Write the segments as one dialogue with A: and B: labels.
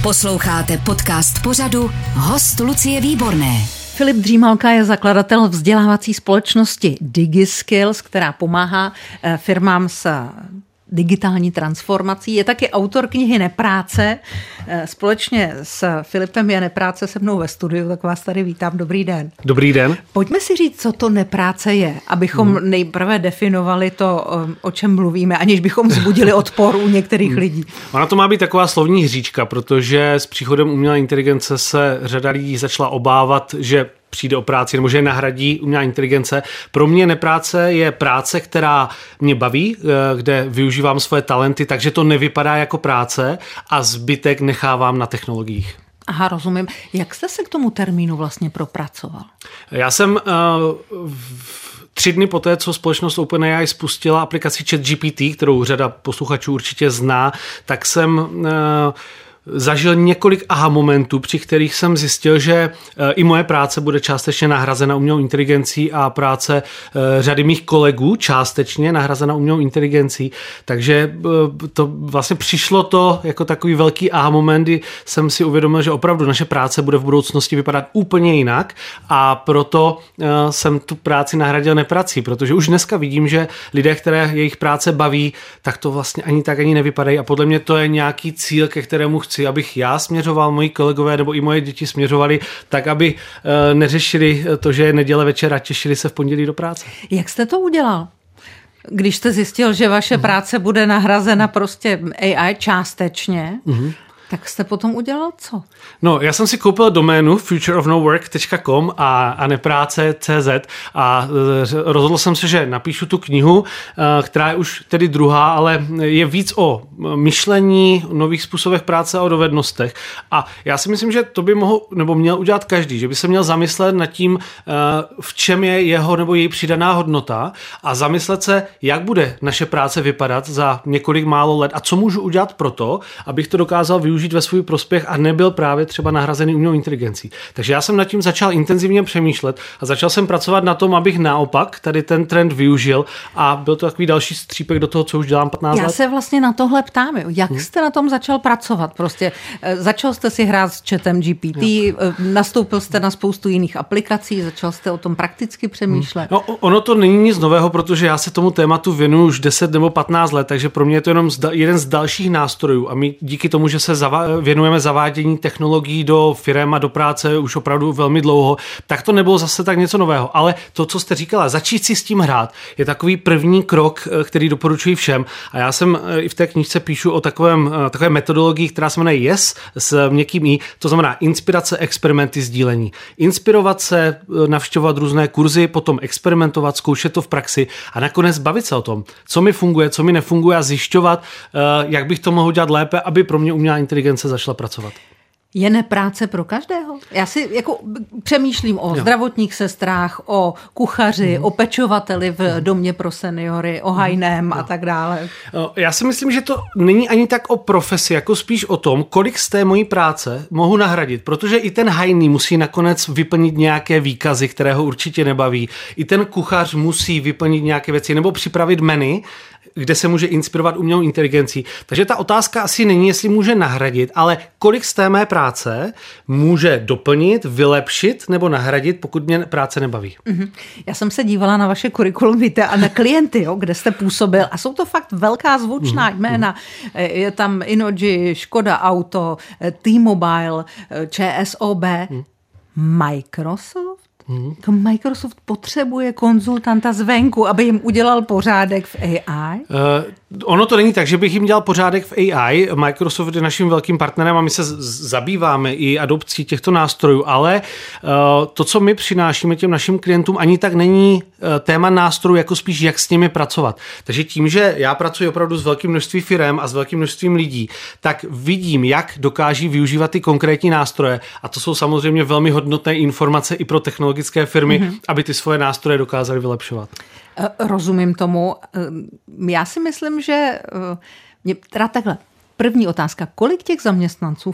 A: Posloucháte podcast pořadu Host Lucie Výborné.
B: Filip Dřímalka je zakladatel vzdělávací společnosti DigiSkills, která pomáhá firmám s digitální transformací. Je taky autor knihy Nepráce. Společně s Filipem je Nepráce se mnou ve studiu, tak vás tady vítám. Dobrý den.
C: Dobrý den.
B: Pojďme si říct, co to nepráce je, abychom nejprve definovali to, o čem mluvíme, aniž bychom vzbudili odpor u některých lidí.
C: Ona to má být taková slovní hříčka, protože s příchodem umělé inteligence se řada lidí začala obávat, že přijde o práci, nebo že je nahradí umělá inteligence. Pro mě nepráce je práce, která mě baví, kde využívám svoje talenty, takže to nevypadá jako práce a zbytek nechávám na technologiích.
B: Aha, rozumím. Jak jste se k tomu termínu vlastně propracoval?
C: Já jsem 3 dny poté, co společnost OpenAI spustila aplikaci ChatGPT, kterou řada posluchačů určitě zná, tak jsem zažil několik aha momentů, při kterých jsem zjistil, že i moje práce bude částečně nahrazena umělou inteligencí a práce řady mých kolegů částečně nahrazena umělou inteligencí. Takže to vlastně přišlo to jako takový velký aha moment, kdy jsem si uvědomil, že opravdu naše práce bude v budoucnosti vypadat úplně jinak a proto jsem tu práci nahradil neprací, protože už dneska vidím, že lidé, které jejich práce baví, tak to vlastně ani nevypadají a podle mě to je nějaký cíl, ke kterému chci, abych já směřoval, moji kolegové nebo i moje děti směřovali, tak aby neřešili to, že je neděle večer a těšili se v pondělí do práce.
B: Jak jste to udělal? Když jste zjistil, že vaše práce bude nahrazena prostě AI částečně, tak jste potom udělal co?
C: No, já jsem si koupil doménu futureofnowork.com a nepráce.cz a rozhodl jsem se, že napíšu tu knihu, která je už tedy druhá, ale je víc o myšlení, nových způsobech práce a o dovednostech. A já si myslím, že to by mohl nebo měl udělat každý, že by se měl zamyslet nad tím, v čem je jeho nebo její přidaná hodnota a zamyslet se, jak bude naše práce vypadat za několik málo let a co můžu udělat pro to, abych to dokázal využít ve svůj prospěch a nebyl právě třeba nahrazený umělou inteligencí. Takže já jsem nad tím začal intenzivně přemýšlet a začal jsem pracovat na tom, abych naopak tady ten trend využil a byl to takový další střípek do toho, co už dělám 15 let.
B: Já se vlastně na tohle ptám. Jak jste na tom začal pracovat? Prostě začal jste si hrát s chatem GPT, nastoupil jste na spoustu jiných aplikací, začal jste o tom prakticky přemýšlet.
C: No, ono to není nic nového, protože já se tomu tématu věnuju už 10 nebo 15 let, takže pro mě je to jenom jeden z dalších nástrojů a my díky tomu, že se věnujeme zavádění technologií do firem a do práce už opravdu velmi dlouho, tak to nebylo zase tak něco nového. Ale to, co jste říkala, začít si s tím hrát, je takový první krok, který doporučuji všem. A já jsem i v té knížce píšu o takové metodologii, která se jmenuje YES s měkkým I, to znamená inspirace, experimenty, sdílení. Inspirovat se, navštěvovat různé kurzy, potom experimentovat, zkoušet to v praxi a nakonec bavit se o tom, co mi funguje, co mi nefunguje a zjišťovat, jak bych to mohl dělat lépe, aby pro mě umělá inteligence začala pracovat.
B: Je nepráce pro každého? Já si jako přemýšlím o zdravotních sestrách, o kuchaři, o pečovateli v domě pro seniory, o hajném a tak dále.
C: Já si myslím, že to není ani tak o profesi, jako spíš o tom, kolik z té mojí práce mohu nahradit, protože i ten hajný musí nakonec vyplnit nějaké výkazy, které ho určitě nebaví. I ten kuchař musí vyplnit nějaké věci nebo připravit menu, kde se může inspirovat umělou inteligencí. Takže ta otázka asi není, jestli může nahradit, ale kolik z té mé práce může doplnit, vylepšit nebo nahradit, pokud mě práce nebaví.
B: Já jsem se dívala na vaše kurikulum vitae a na klienty, kde jste působil a jsou to fakt velká zvučná jména. Je tam Innogy, Škoda Auto, T-Mobile, ČSOB, Microsoft. Microsoft potřebuje konzultanta zvenku, aby jim udělal pořádek v AI?
C: Ono to není tak, že bych jim dělal pořádek v AI. Microsoft je naším velkým partnerem a my se zabýváme i adopcí těchto nástrojů, ale to, co my přinášíme těm našim klientům, ani tak není téma nástrojů, jako spíš jak s nimi pracovat. Takže tím, že já pracuji opravdu s velkým množstvím firem a s velkým množstvím lidí, tak vidím, jak dokáží využívat ty konkrétní nástroje a to jsou samozřejmě velmi hodnotné informace i pro technologické firmy, aby ty svoje nástroje dokázaly vylepšovat.
B: Rozumím tomu. Já si myslím, že teda takhle. První otázka. Kolik těch zaměstnanců firem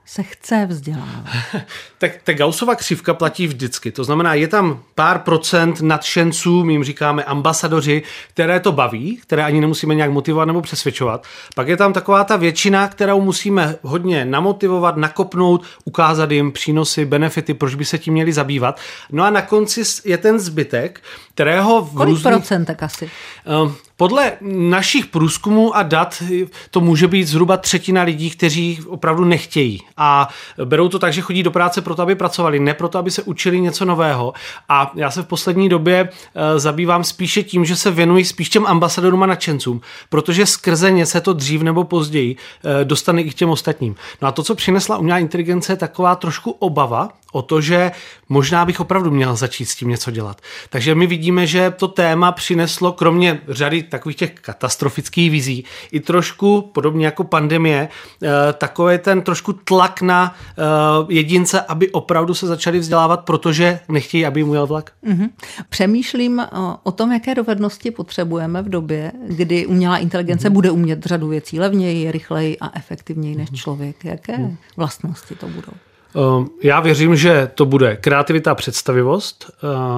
B: se chce vzdělávat?
C: Tak Gaussova křivka platí vždycky. To znamená, je tam pár procent nadšenců, my jim říkáme ambasadoři, které to baví, které ani nemusíme nějak motivovat nebo přesvědčovat. Pak je tam taková ta většina, kterou musíme hodně namotivovat, nakopnout, ukázat jim přínosy, benefity, proč by se tím měli zabývat. No a na konci je ten zbytek, kterého v
B: Kolik procentek asi?
C: Podle našich průzkumů a dat to může být zhruba třetina lidí, kteří opravdu nechtějí a berou to tak, že chodí do práce proto, aby pracovali, ne proto, aby se učili něco nového. A já se v poslední době zabývám spíše tím, že se věnuji spíš těm ambasadorům a nadšencům, protože skrze ně se to dřív nebo později dostane i k těm ostatním. No a to, co přinesla umělá inteligence, je taková trošku obava o to, že možná bych opravdu měl začít s tím něco dělat. Takže my vidíme, že to téma přineslo kromě řady takových těch katastrofických vizí i trošku, podobně jako pandemie, takový ten trošku tlak na jedince, aby opravdu se začali vzdělávat, protože nechtějí, aby jim ujel vlak.
B: Přemýšlím o tom, jaké dovednosti potřebujeme v době, kdy umělá inteligence bude umět řadu věcí levněji, rychleji a efektivněji než člověk. Jaké vlastnosti to budou?
C: Já věřím, že to bude kreativita a představivost,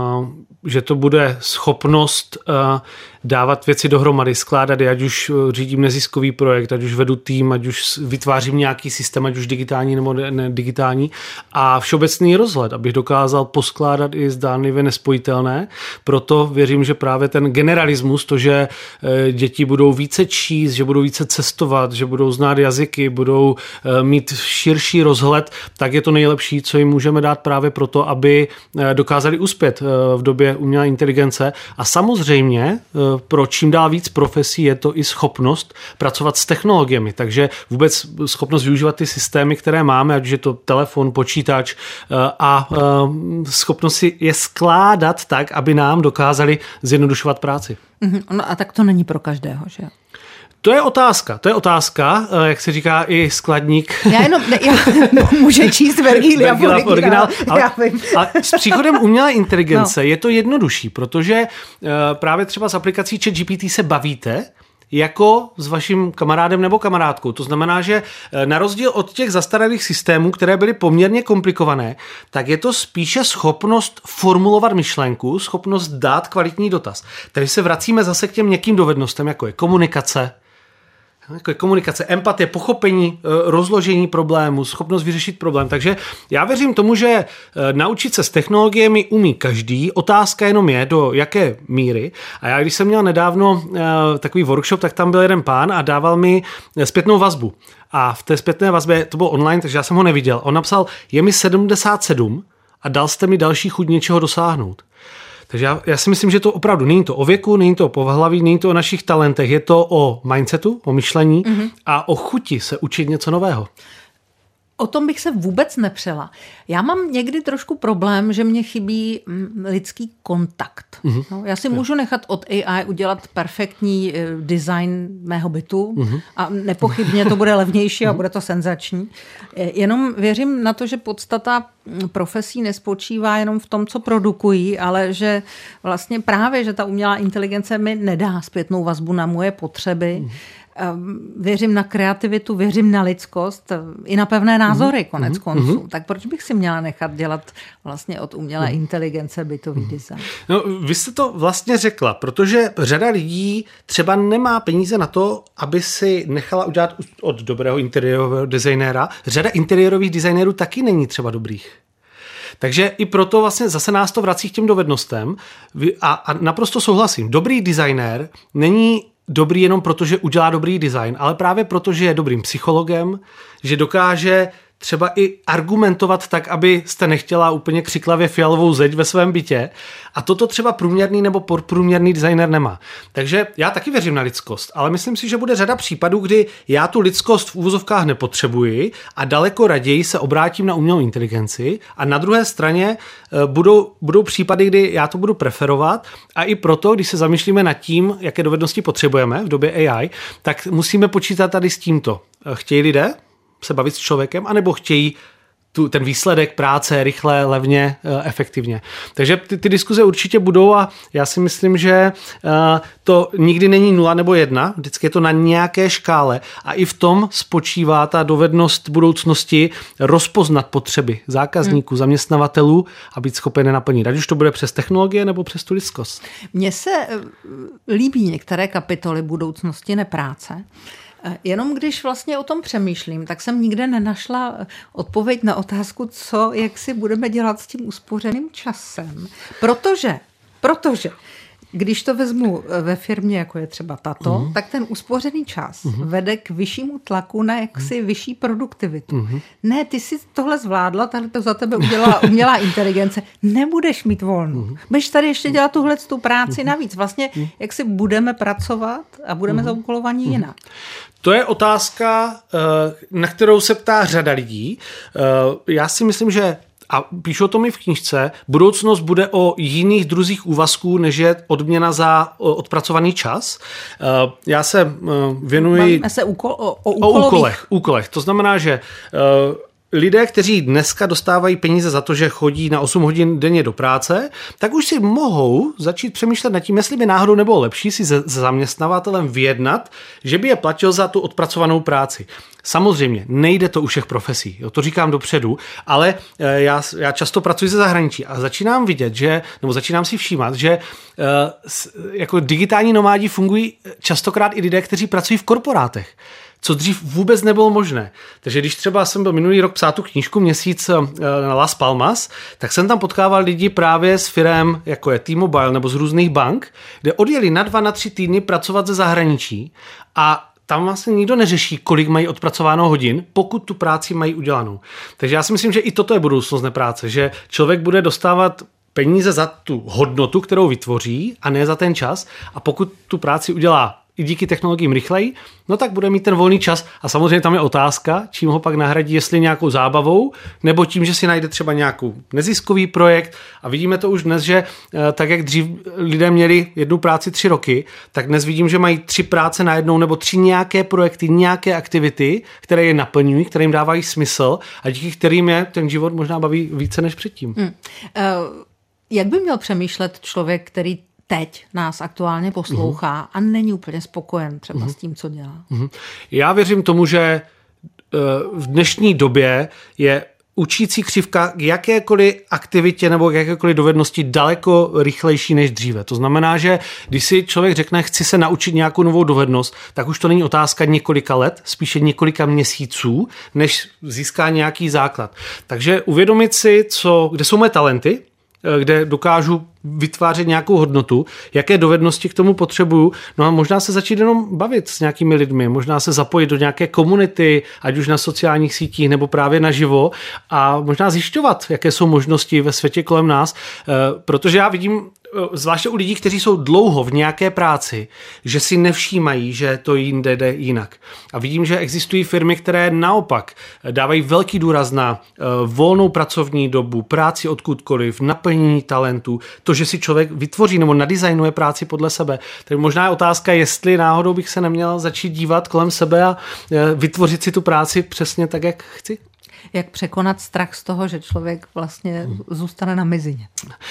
C: že to bude schopnost dávat věci dohromady, skládat je, ať už řídím neziskový projekt, ať už vedu tým, ať už vytvářím nějaký systém, ať už digitální nebo nedigitální a všeobecný rozhled, abych dokázal poskládat i zdánlivě nespojitelné. Proto věřím, že právě ten generalismus, to, že děti budou více číst, že budou více cestovat, že budou znát jazyky, budou mít širší rozhled, tak je to nejlepší, co jim můžeme dát právě proto, aby dokázali uspět v době umělé inteligence. A samozřejmě pro čím dál víc profesí je to i schopnost pracovat s technologiemi. Takže vůbec schopnost využívat ty systémy, které máme, ať už je to telefon, počítač a schopnost si je skládat tak, aby nám dokázali zjednodušovat práci.
B: No a tak to není pro každého, že?
C: To je otázka, jak se říká i skladník.
B: Může číst Vergilia v originál.
C: A s příchodem umělé inteligence je to jednodušší, protože právě třeba s aplikací ChatGPT se bavíte jako s vaším kamarádem nebo kamarádkou. To znamená, že na rozdíl od těch zastaralých systémů, které byly poměrně komplikované, tak je to spíše schopnost formulovat myšlenku, schopnost dát kvalitní dotaz. Tady se vracíme zase k těm měkkým dovednostem, jako je komunikace, empatie, pochopení, rozložení problému, schopnost vyřešit problém. Takže já věřím tomu, že naučit se s technologiemi umí každý. Otázka jenom je, do jaké míry. A já, když jsem měl nedávno takový workshop, tak tam byl jeden pán a dával mi zpětnou vazbu. A v té zpětné vazbě, to bylo online, takže já jsem ho neviděl. On napsal, je mi 77 a dal jste mi další chuť něčeho dosáhnout. Takže já si myslím, že to opravdu není to o věku, není to o pohlaví, není to o našich talentech, je to o mindsetu, o myšlení a o chuti se učit něco nového.
B: O tom bych se vůbec nepřela. Já mám někdy trošku problém, že mě chybí lidský kontakt. No, já si můžu nechat od AI udělat perfektní design mého bytu a nepochybně to bude levnější a bude to senzační. Jenom věřím na to, že podstata profesí nespočívá jenom v tom, co produkují, ale že vlastně právě, že ta umělá inteligence mi nedá zpětnou vazbu na moje potřeby. Věřím na kreativitu, věřím na lidskost i na pevné názory konec konců. Tak proč bych si měla nechat dělat vlastně od umělé inteligence bytový design?
C: No, vy jste to vlastně řekla, protože řada lidí třeba nemá peníze na to, aby si nechala udělat od dobrého interiérového designéra. Řada interiérových designérů taky není třeba dobrých. Takže i proto vlastně zase nás to vrací k těm dovednostem a naprosto souhlasím. Dobrý designér není dobrý jenom proto, že udělá dobrý design, ale právě proto, že je dobrým psychologem, že dokáže třeba i argumentovat tak, aby jste nechtěla úplně křiklavě fialovou zeď ve svém bytě. A toto třeba průměrný nebo podprůměrný designer nemá. Takže já taky věřím na lidskost, ale myslím si, že bude řada případů, kdy já tu lidskost v úvozovkách nepotřebuji a daleko raději se obrátím na umělou inteligenci a na druhé straně budou případy, kdy já to budu preferovat a i proto, když se zamýšlíme nad tím, jaké dovednosti potřebujeme v době AI, tak musíme počítat tady s tímto. Chtějí lidé se bavit s člověkem, anebo chtějí ten výsledek práce rychle, levně, efektivně. Takže ty diskuze určitě budou a já si myslím, že to nikdy není 0 nebo 1, vždycky je to na nějaké škále a i v tom spočívá ta dovednost budoucnosti rozpoznat potřeby zákazníků, zaměstnavatelů a být schopen je naplnit. Ať už to bude přes technologie nebo přes tu lidskost.
B: Mně se líbí některé kapitoly budoucnosti nepráce. Jenom když vlastně o tom přemýšlím, tak jsem nikde nenašla odpověď na otázku, jak si budeme dělat s tím uspořeným časem. Protože když to vezmu ve firmě, jako je třeba tato, tak ten uspořený čas vede k vyššímu tlaku na jaksi vyšší produktivitu. Ne, ty si tohle zvládla, tahle to za tebe udělala umělá inteligence, nebudeš mít volno. Budeš tady ještě dělat tu práci navíc. Vlastně, jak si budeme pracovat a budeme zaúkolovaní jinak.
C: To je otázka, na kterou se ptá řada lidí. Já si myslím, že a píšu o tom i v knížce, budoucnost bude o jiných druzích úvazků, než je odměna za odpracovaný čas. Já se věnuji...
B: Bavíme se o
C: úkolech. To znamená, že lidé, kteří dneska dostávají peníze za to, že chodí na 8 hodin denně do práce, tak už si mohou začít přemýšlet nad tím, jestli by náhodou nebylo lepší si se zaměstnavatelem vyjednat, že by je platil za tu odpracovanou práci. Samozřejmě, nejde to u všech profesí, jo, to říkám dopředu, ale já často pracuji ze zahraničí a začínám vidět, začínám si všímat, že jako digitální nomádi fungují častokrát i lidé, kteří pracují v korporátech, co dřív vůbec nebylo možné. Takže když třeba jsem byl minulý rok psát tu knížku Měsíc na Las Palmas, tak jsem tam potkával lidi právě s firem, jako je T-Mobile nebo z různých bank, kde odjeli na 2, na 3 týdny pracovat ze zahraničí a tam vlastně nikdo neřeší, kolik mají odpracováno hodin, pokud tu práci mají udělanou. Takže já si myslím, že i toto je budoucnost nepráce, že člověk bude dostávat peníze za tu hodnotu, kterou vytvoří a ne za ten čas a pokud tu práci udělá i díky technologiím rychleji, no tak bude mít ten volný čas a samozřejmě tam je otázka, čím ho pak nahradí, jestli nějakou zábavou, nebo tím, že si najde třeba nějakou neziskový projekt a vidíme to už dnes, že tak jak dřív lidé měli jednu práci 3 roky, tak dnes vidím, že mají 3 práce najednou nebo 3 nějaké projekty, nějaké aktivity, které je naplňují, které jim dávají smysl a díky kterým je ten život možná baví více než předtím.
B: Jak by měl přemýšlet člověk, který teď nás aktuálně poslouchá a není úplně spokojen třeba s tím, co dělá?
C: Já věřím tomu, že v dnešní době je učící křivka k jakékoliv aktivitě nebo k jakékoliv dovednosti daleko rychlejší než dříve. To znamená, že když si člověk řekne, chci se naučit nějakou novou dovednost, tak už to není otázka několika let, spíše několika měsíců, než získá nějaký základ. Takže uvědomit si, kde jsou moje talenty, kde dokážu vytvářet nějakou hodnotu, jaké dovednosti k tomu potřebuju, no a možná se začít jenom bavit s nějakými lidmi, možná se zapojit do nějaké komunity, ať už na sociálních sítích nebo právě naživo a možná zjišťovat, jaké jsou možnosti ve světě kolem nás, protože já vidím, zvláště u lidí, kteří jsou dlouho v nějaké práci, že si nevšímají, že to jinde jde jinak. A vidím, že existují firmy, které naopak dávají velký důraz na volnou pracovní dobu, práci odkudkoliv, naplnění talentů, to, že si člověk vytvoří nebo nadizajnuje práci podle sebe. Takže možná je otázka, jestli náhodou bych se neměl začít dívat kolem sebe a vytvořit si tu práci přesně tak, jak chci.
B: Jak překonat strach z toho, že člověk vlastně zůstane na mizině?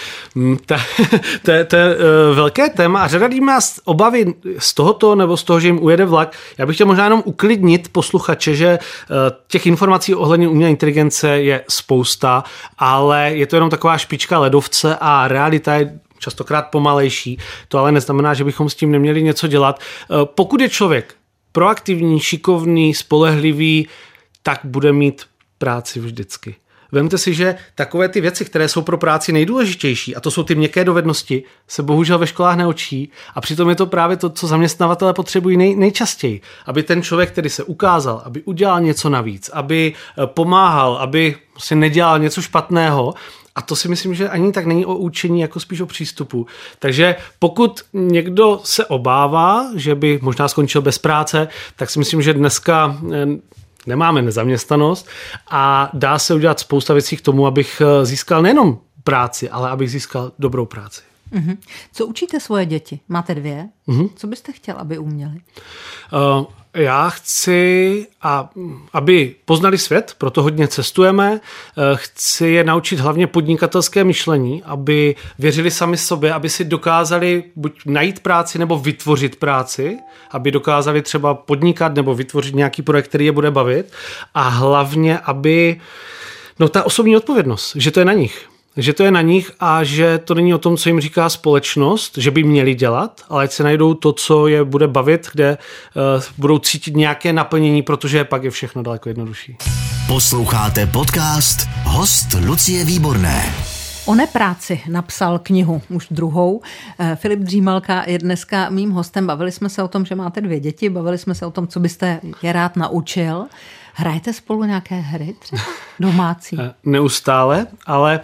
C: To je velké téma a řada lidí má obavy z tohoto nebo z toho, že jim ujede vlak. Já bych chtěl možná jenom uklidnit posluchače, že těch informací ohledně umělé inteligence je spousta, ale je to jenom taková špička ledovce a realita je častokrát pomalejší. To ale neznamená, že bychom s tím neměli něco dělat. Pokud je člověk proaktivní, šikovný, spolehlivý, tak bude mít práci vždycky. Vemte si, že takové ty věci, které jsou pro práci nejdůležitější, a to jsou ty měkké dovednosti, se bohužel ve školách neučí a přitom je to právě to, co zaměstnavatelé potřebují nejčastěji. Aby ten člověk, který se ukázal, aby udělal něco navíc, aby pomáhal, aby si nedělal něco špatného. A to si myslím, že ani tak není o učení, jako spíš o přístupu. Takže pokud někdo se obává, že by možná skončil bez práce, tak si myslím, že dneska nemáme nezaměstnanost a dá se udělat spousta věcí k tomu, abych získal nejenom práci, ale abych získal dobrou práci.
B: Co učíte svoje děti? Máte 2? Co byste chtěl, aby uměli?
C: Já chci, aby poznali svět, proto hodně cestujeme. Chci je naučit hlavně podnikatelské myšlení, aby věřili sami sobě, aby si dokázali buď najít práci nebo vytvořit práci, aby dokázali třeba podnikat nebo vytvořit nějaký projekt, který je bude bavit. A hlavně, aby ta osobní odpovědnost, že to je na nich. Že to je na nich a že to není o tom, co jim říká společnost, že by měli dělat, ale ať se najdou to, co je bude bavit, kde budou cítit nějaké naplnění, protože pak je všechno daleko jednodušší.
D: Posloucháte podcast Host Lucie Výborné.
B: O nepráci napsal knihu, už druhou. Filip Dřímalka je dneska mým hostem. Bavili jsme se o tom, že máte 2 děti, bavili jsme se o tom, co byste je rád naučil. Hrajete spolu nějaké hry třeba domácí?
C: Neustále, ale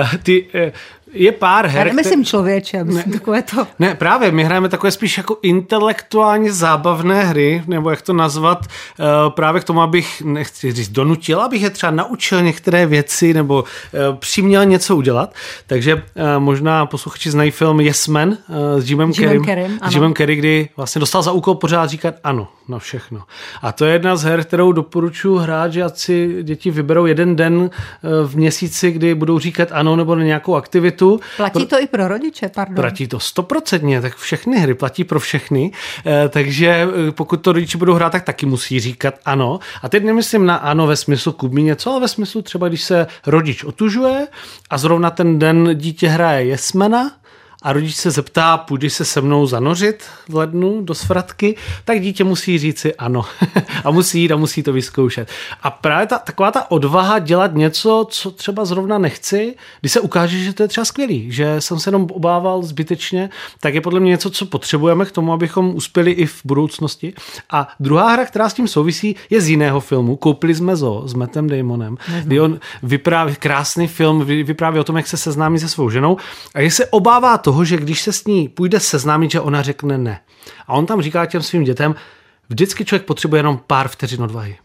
C: je pár her.
B: Já nemyslím člověče, myslím takové to.
C: Ne, právě, my hrajeme takové spíš jako intelektuálně zábavné hry, nebo jak to nazvat, právě k tomu, abych, nechci říct donutil, abych je třeba naučil některé věci, nebo přiměl něco udělat. Takže možná posluchači znají film Yes Man s Jimem Carrey, kdy vlastně dostal za úkol pořád říkat ano na všechno. A to je jedna z her, kterou doporučuji hrát, že ať si děti vyberou jeden den v měsíci, kdy budou říkat ano nebo na nějakou aktivitu.
B: Platí to i pro rodiče, pardon.
C: Platí to 100%, tak všechny hry platí pro všechny, takže pokud to rodiče budou hrát, tak taky musí říkat ano. A teď nemyslím na ano ve smyslu kup mi něco, ale ve smyslu třeba, když se rodič otužuje a zrovna ten den dítě hraje Jesmena, a rodič se zeptá, půjdeš se se mnou zanořit v lednu do svratky, tak dítě musí říci ano. A musí jít a musí to vyzkoušet. A právě taková ta odvaha dělat něco, co třeba zrovna nechci, když se ukáže, že to je třeba skvělý, že jsem se jenom obával zbytečně, tak je podle mě něco, co potřebujeme k tomu, abychom uspěli i v budoucnosti. A druhá hra, která s tím souvisí, je z jiného filmu. Koupili jsme Zoo s Mattem Damonem, kdy on vypráví, krásný film, vypráví o tom, jak se seznámí se svou ženou a jak se obává toho, že když se s ní půjde seznámit, že ona řekne ne. A on tam říká těm svým dětem, vždycky člověk potřebuje jenom pár vteřin odvahy.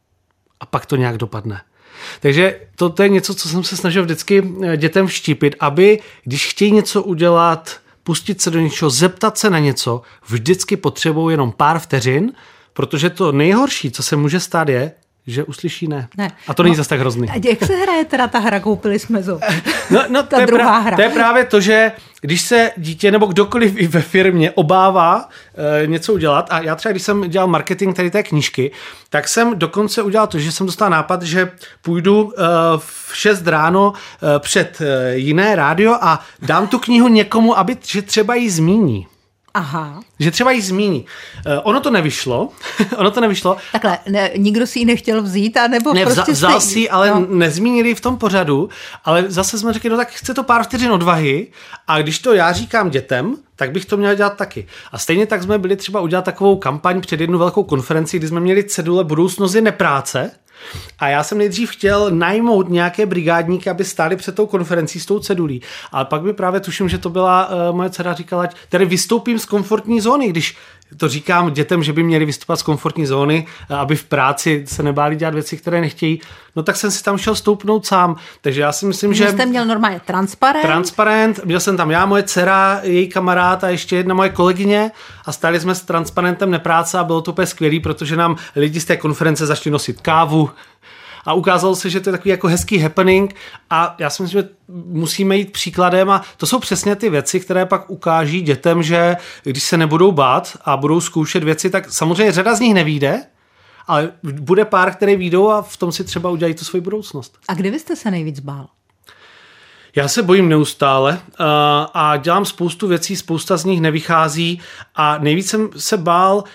C: A pak to nějak dopadne. Takže to je něco, co jsem se snažil vždycky dětem vštípit, aby když chtějí něco udělat, pustit se do něčeho, zeptat se na něco, vždycky potřebují jenom pár vteřin, protože to nejhorší, co se může stát, je, že uslyší ne. A to není zase tak hrozný.
B: A jak se hraje teda ta hra Koupili jsme Zoo?
C: Ta druhá hra. To je právě to, že když se dítě nebo kdokoliv i ve firmě obává něco udělat, a já třeba, když jsem dělal marketing tady té knížky, tak jsem dokonce udělal to, že jsem dostal nápad, že půjdu v 6 ráno před jiné rádio a dám tu knihu někomu, že třeba ji zmíní.
B: Aha.
C: Že třeba jí zmíní. Ono to nevyšlo.
B: Takhle, nikdo si ji nechtěl vzít, anebo
C: ne,
B: prostě
C: vzal si ji, ale nezmínili v tom pořadu, ale zase jsme řekli, tak chce to pár vteřin odvahy a když to já říkám dětem, tak bych to měl dělat taky. A stejně tak jsme byli třeba udělat takovou kampaň před jednu velkou konferenci, kdy jsme měli cedule Budoucnost je nepráce. A já jsem nejdřív chtěl najmout nějaké brigádníky, aby stáli před tou konferencí s tou cedulí. Ale pak mi právě tuším, že to byla moje dcera říkala, tedy vystoupím z komfortní zóny, když to říkám dětem, že by měli vystupovat z komfortní zóny, aby v práci se nebáli dělat věci, které nechtějí, no tak jsem si tam šel stoupnout sám. Takže já si myslím, že
B: jste měl normálně transparent,
C: měl jsem tam já, moje dcera, její kamarád a ještě jedna moje kolegyně a stáli jsme s transparentem nepráce a bylo to úplně skvělý, protože nám lidi z té konference začali nosit kávu a ukázalo se, že to je takový jako hezký happening a já si myslím, že musíme jít příkladem a to jsou přesně ty věci, které pak ukáží dětem, že když se nebudou bát a budou zkoušet věci, tak samozřejmě řada z nich nevyjde, ale bude pár, které vyjdou a v tom si třeba udělají tu svoji budoucnost.
B: A kdy byste se nejvíc bál?
C: Já se bojím neustále a dělám spoustu věcí, spousta z nich nevychází a nejvíc jsem se bál,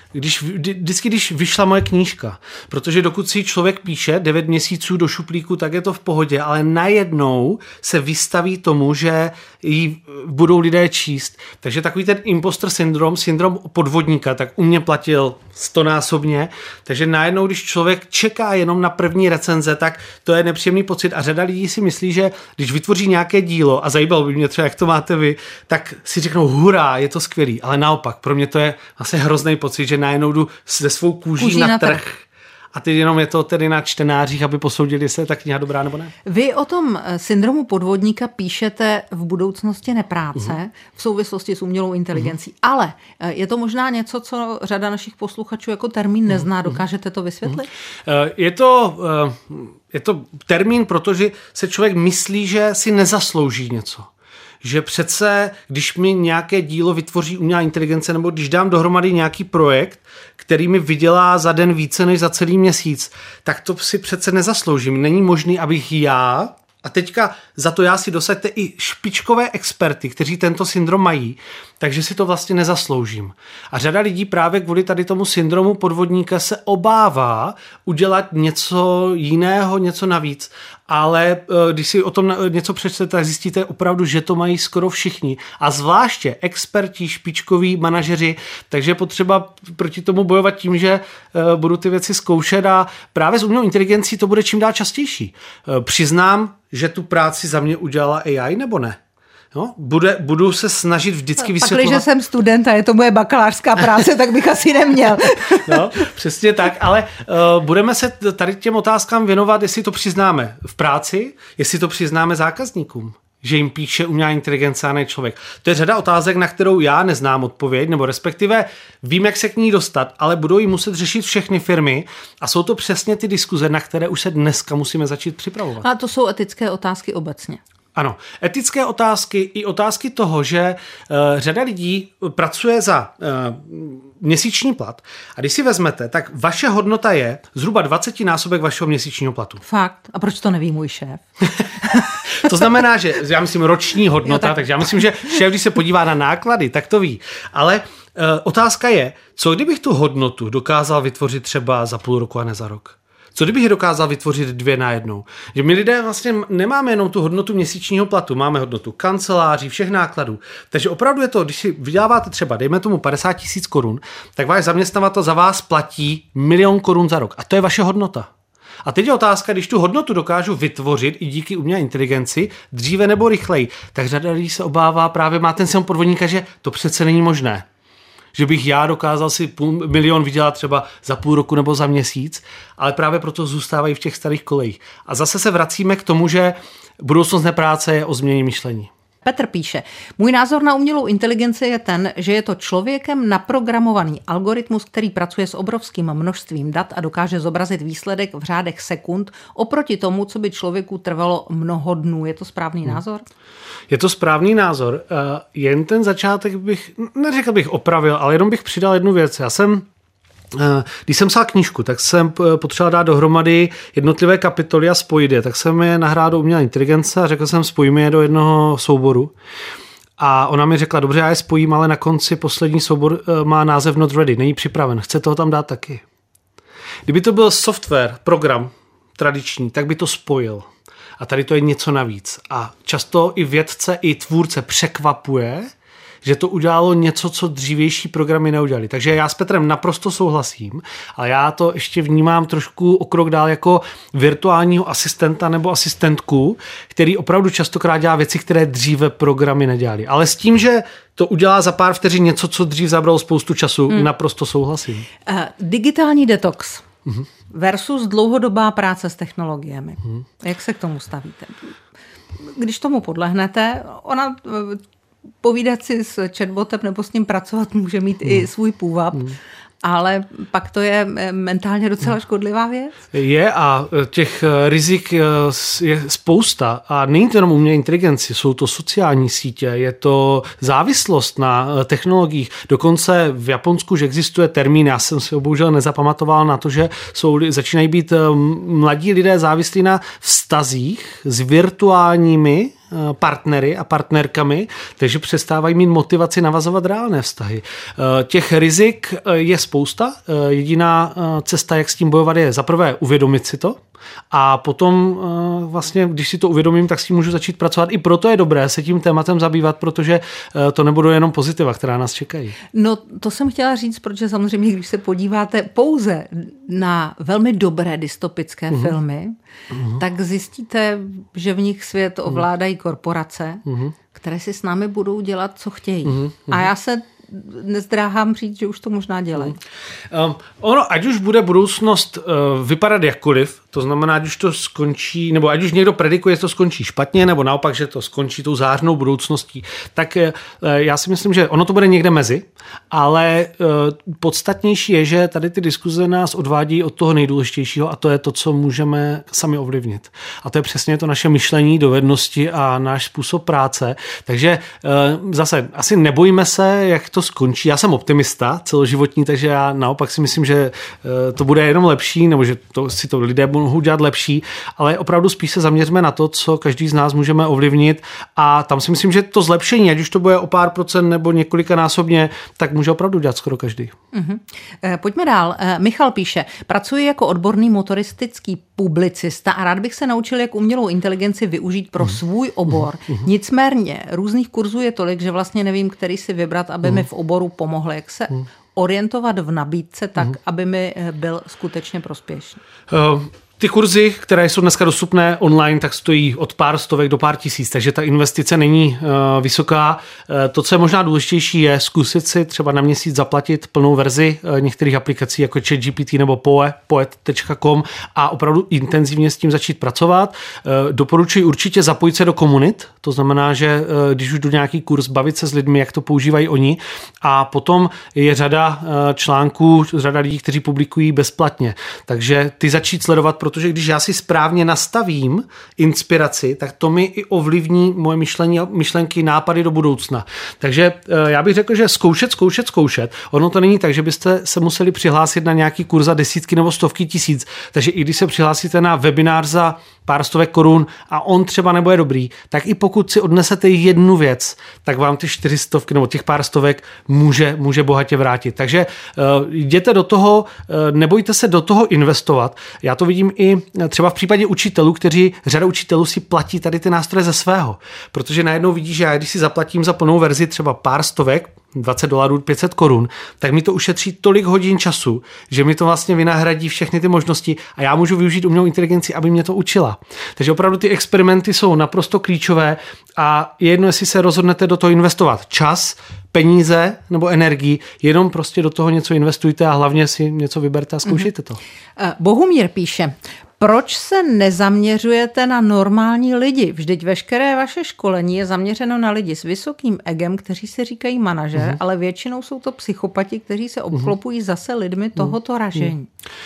C: když vyšla moje knížka, protože dokud si člověk píše 9 měsíců do šuplíku, tak je to v pohodě, ale najednou se vystaví tomu, že ji budou lidé číst. Takže takový ten imposter syndrom podvodníka, tak u mě platil 100násobně, takže najednou, když člověk čeká jenom na první recenze, tak to je nepříjemný pocit a řada lidí si myslí, že když vytvoří nějaké dílo a zajímalo by mě třeba, jak to máte vy, tak si řeknou hurá, je to skvělý, ale naopak, pro mě to je vlastně hrozný pocit, že najednou jdu se svou kůží na trh a teď jenom je to tedy na čtenářích, aby posoudili, jestli je ta kniha dobrá nebo ne.
B: Vy o tom syndromu podvodníka píšete v budoucnosti nepráce v souvislosti s umělou inteligencí, ale je to možná něco, co řada našich posluchačů jako termín nezná. Dokážete to vysvětlit?
C: Je to termín, protože se člověk myslí, že si nezaslouží něco. Že přece, když mi nějaké dílo vytvoří umělá inteligence, nebo když dám dohromady nějaký projekt, který mi vydělá za den více než za celý měsíc, tak to si přece nezasloužím. Není možný, abych já, a teďka za to já si dosaďte i špičkové experty, kteří tento syndrom mají, takže si to vlastně nezasloužím. A řada lidí právě kvůli tady tomu syndromu podvodníka se obává udělat něco jiného, něco navíc. Ale když si o tom něco přečtete, tak zjistíte opravdu, že to mají skoro všichni. A zvláště experti, špičkoví manažeři, takže je potřeba proti tomu bojovat tím, že budu ty věci zkoušet a právě s umělou inteligencí to bude čím dál častější. Přiznám, že tu práci za mě udělala AI nebo ne? No, budu se snažit vždycky vysvětlovat.
B: Pakliže jsem student a je to moje bakalářská práce, tak bych asi neměl.
C: No, přesně tak, ale budeme se tady těm otázkám věnovat, jestli to přiznáme v práci, jestli to přiznáme zákazníkům, že jim píše umělá inteligence a ne člověk. To je řada otázek, na kterou já neznám odpověď, nebo respektive vím, jak se k ní dostat, ale budou ji muset řešit všechny firmy a jsou to přesně ty diskuze, na které už se dneska musíme začít připravovat.
B: A to jsou etické otázky obecně.
C: Ano, etické otázky i otázky toho, že řada lidí pracuje za měsíční plat a když si vezmete, tak vaše hodnota je zhruba 20násobek vašeho měsíčního platu.
B: Fakt? A proč to neví můj šéf?
C: To znamená, že já myslím roční hodnota, takže já myslím, že šéf, když se podívá na náklady, tak to ví. Ale otázka je, co kdybych tu hodnotu dokázal vytvořit třeba za půl roku a ne za rok? Co kdybych ji dokázal vytvořit 2 najednou? Že my lidé vlastně nemáme jenom tu hodnotu měsíčního platu, máme hodnotu kanceláří, všech nákladů. Takže opravdu je to, když si vyděláváte třeba, dejme tomu 50 000 korun, tak váš zaměstnavatel za vás platí 1 000 000 korun za rok. A to je vaše hodnota. A teď je otázka, když tu hodnotu dokážu vytvořit i díky umělé inteligenci, dříve nebo rychleji, tak řada lidí se obává, právě má ten syndrom podvodníka, že to přece není možné. Že bych já dokázal si 500 000 vydělat třeba za půl roku nebo za měsíc, ale právě proto zůstávají v těch starých kolejích. A zase se vracíme k tomu, že budoucnost nepráce je o změně myšlení.
B: Petr píše, můj názor na umělou inteligenci je ten, že je to člověkem naprogramovaný algoritmus, který pracuje s obrovským množstvím dat a dokáže zobrazit výsledek v řádech sekund oproti tomu, co by člověku trvalo mnoho dnů. Je to správný názor?
C: Je to správný názor. Jen ten začátek neřekl bych opravil, ale jenom bych přidal jednu věc. Když jsem psal knížku, tak jsem potřeboval dát dohromady jednotlivé kapitoly a spojit je. Tak jsem je nahrál do umělé inteligence a řekl jsem, spojíme je do jednoho souboru. A ona mi řekla, dobře, já je spojím, ale na konci poslední soubor má název not ready, není připraven, chce toho tam dát taky. Kdyby to byl software, program tradiční, tak by to spojil. A tady to je něco navíc. A často i vědce, i tvůrce překvapuje, že to udělalo něco, co dřívější programy neudělali. Takže já s Petrem naprosto souhlasím, ale já to ještě vnímám trošku o krok dál jako virtuálního asistenta nebo asistentku, který opravdu častokrát dělá věci, které dříve programy nedělali. Ale s tím, že to udělá za pár vteřin něco, co dřív zabralo spoustu času, naprosto souhlasím.
B: Digitální detox versus dlouhodobá práce s technologiemi. Jak se k tomu stavíte? Když tomu podlehnete, ona povídat si s chatbotem nebo s ním pracovat může mít i svůj půvab, ale pak to je mentálně docela škodlivá věc. Je
C: a těch rizik je spousta a není to jenom umělé inteligenci, jsou to sociální sítě, je to závislost na technologiích. Dokonce v Japonsku, že existuje termín, já jsem si ho bohužel nezapamatoval na to, že začínají být mladí lidé závislí na vztazích s virtuálními partnery a partnerkami, takže přestávají mít motivaci navazovat reálné vztahy. Těch rizik je spousta. Jediná cesta, jak s tím bojovat, je za prvé uvědomit si to a potom vlastně, když si to uvědomím, tak s tím můžu začít pracovat. I proto je dobré se tím tématem zabývat, protože to nebudou jenom pozitiva, která nás čekají.
B: No, to jsem chtěla říct, protože samozřejmě, když se podíváte pouze na velmi dobré dystopické filmy, tak zjistíte, že v nich svět ovládají korporace, které si s námi budou dělat, co chtějí. A já se nezdráhám říct, že už to možná dělají.
C: Ono, ať už bude budoucnost vypadat jakkoliv, to znamená, ať už to skončí, nebo ať už někdo predikuje, že to skončí špatně, nebo naopak, že to skončí tou zářnou budoucností, tak já si myslím, že ono to bude někde mezi, ale podstatnější je, že tady ty diskuze nás odvádí od toho nejdůležitějšího a to je to, co můžeme sami ovlivnit. A to je přesně to naše myšlení, dovednosti a náš způsob práce. Takže zase asi nebojíme se, jak to skončí. Já jsem optimista celoživotní, takže já naopak si myslím, že to bude jenom lepší, nebo že to si to lidé mohou dělat lepší, ale opravdu spíš se zaměříme na to, co každý z nás můžeme ovlivnit a tam si myslím, že to zlepšení, ať už to bude o pár procent nebo několikanásobně, tak může opravdu dělat skoro každý.
B: Pojďme dál. Michal píše, pracuji jako odborný motoristický publicista a rád bych se naučil, jak umělou inteligenci využít pro svůj obor. Nicméně různých kurzů je tolik, že vlastně nevím, který si vybrat, aby mi v oboru pomohl. Jak se orientovat v nabídce tak, aby mi byl skutečně prospěšný?
C: Ty kurzy, které jsou dneska dostupné online, tak stojí od pár stovek do pár tisíc, takže ta investice není vysoká. To, co je možná důležitější, je zkusit si třeba na měsíc zaplatit plnou verzi některých aplikací jako ChatGPT nebo poet.com a opravdu intenzivně s tím začít pracovat. Doporučuji určitě zapojit se do komunit, to znamená, že když už jdu nějaký kurz, bavit se s lidmi, jak to používají oni a potom je řada článků, řada lidí, kteří publikují bezplatně. Takže ty začít sledovat, protože když já si správně nastavím inspiraci, tak to mi i ovlivní moje myšlení, myšlenky, nápady do budoucna. Takže já bych řekl, že zkoušet. Ono to není tak, že byste se museli přihlásit na nějaký kurz za desítky nebo stovky tisíc. Takže i když se přihlásíte na webinář za pár stovek korun a on třeba nebude dobrý, tak i pokud si odnesete jednu věc, tak vám ty 400 nebo těch pár stovek může bohatě vrátit. Takže jděte do toho, nebojte se do toho investovat. Já to vidím i třeba v případě učitelů, řada učitelů si platí tady ty nástroje ze svého, protože najednou vidí, že já když si zaplatím za plnou verzi třeba pár stovek, $20, 500 korun, tak mi to ušetří tolik hodin času, že mi to vlastně vynahradí všechny ty možnosti a já můžu využít umělou inteligenci, aby mě to učila. Takže opravdu ty experimenty jsou naprosto klíčové a je jedno, jestli se rozhodnete do toho investovat čas, peníze nebo energii, jenom prostě do toho něco investujte a hlavně si něco vyberte a zkoušejte to.
B: Bohumír píše, proč se nezaměřujete na normální lidi? Vždyť veškeré vaše školení je zaměřeno na lidi s vysokým egem, kteří se říkají manažer, ale většinou jsou to psychopati, kteří se obklopují zase lidmi tohoto ražení.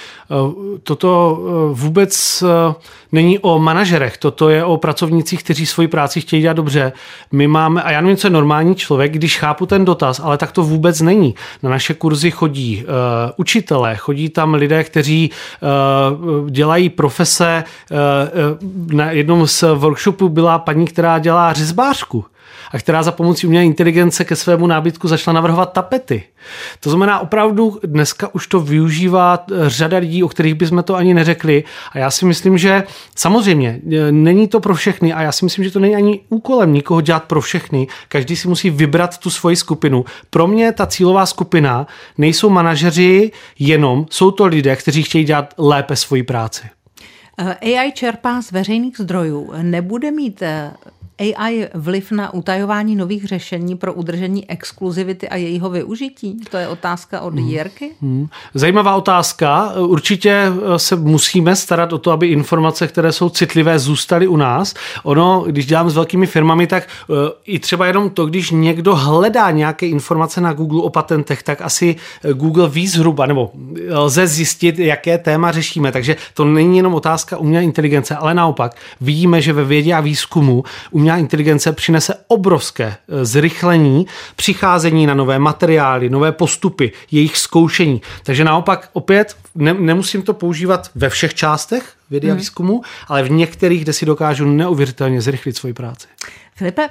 C: Toto vůbec není o manažerech, toto je o pracovnících, kteří svoji práci chtějí dělat dobře. My máme, a já nevím, co je normální člověk, když chápu ten dotaz, ale tak to vůbec není. Na naše kurzy chodí učitelé, chodí tam lidé, kteří dělají profese. Na jednom z workshopů byla paní, která dělá řezbářku a která za pomocí umělé inteligence ke svému nábytku začala navrhovat tapety. To znamená, opravdu dneska už to využívá řada lidí, o kterých bychom to ani neřekli. A já si myslím, že samozřejmě není to pro všechny a já si myslím, že to není ani úkolem nikoho dělat pro všechny. Každý si musí vybrat tu svoji skupinu. Pro mě ta cílová skupina nejsou manažeři jenom, jsou to lidé, kteří chtějí dělat lépe svoji práci.
B: AI čerpá z veřejných zdrojů. Nebude mít AI vliv na utajování nových řešení pro udržení exkluzivity a jejího využití? To je otázka od Jirky.
C: Zajímavá otázka. Určitě se musíme starat o to, aby informace, které jsou citlivé, zůstaly u nás. Ono, když dělám s velkými firmami, tak i třeba jenom to, když někdo hledá nějaké informace na Google o patentech, tak asi Google ví zhruba, nebo lze zjistit, jaké téma řešíme. Takže to není jenom otázka umělé inteligence, ale naopak vidíme, že ve vědě a výzkumu umělá inteligence přinese obrovské zrychlení, přicházení na nové materiály, nové postupy, jejich zkoušení. Takže naopak opět nemusím to používat ve všech částech vědy a výzkumu, ale v některých, kde si dokážu neuvěřitelně zrychlit svoji práci.
B: Filipe,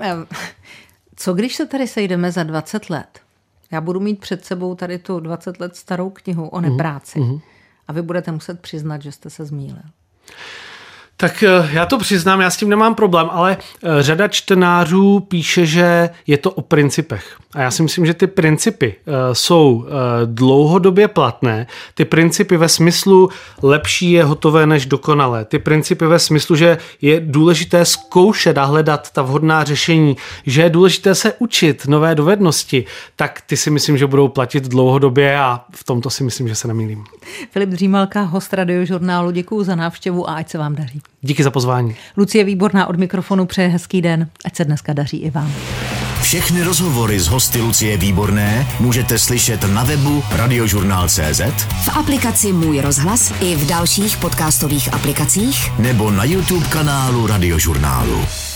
B: co když se tady sejdeme za 20 let? Já budu mít před sebou tady tu 20 let starou knihu o nepráci a vy budete muset přiznat, že jste se zmýlil.
C: Tak já to přiznám, já s tím nemám problém, ale řada čtenářů píše, že je to o principech. A já si myslím, že ty principy jsou dlouhodobě platné. Ty principy ve smyslu lepší je hotové než dokonalé. Ty principy ve smyslu, že je důležité zkoušet a hledat ta vhodná řešení, že je důležité se učit nové dovednosti, tak ty si myslím, že budou platit dlouhodobě a v tomto si myslím, že se nemýlím.
B: Filip Dřímalka, host Radiožurnálu, děkuju za návštěvu a ať se vám daří.
C: Díky za pozvání.
B: Lucie Výborná od mikrofonu přeje hezký den, ať se dneska daří i vám.
D: Všechny rozhovory s hosty Lucie Výborné můžete slyšet na webu radiožurnál.cz,
A: v aplikaci Můj rozhlas i v dalších podcastových aplikacích
D: nebo na YouTube kanálu Radiožurnálu.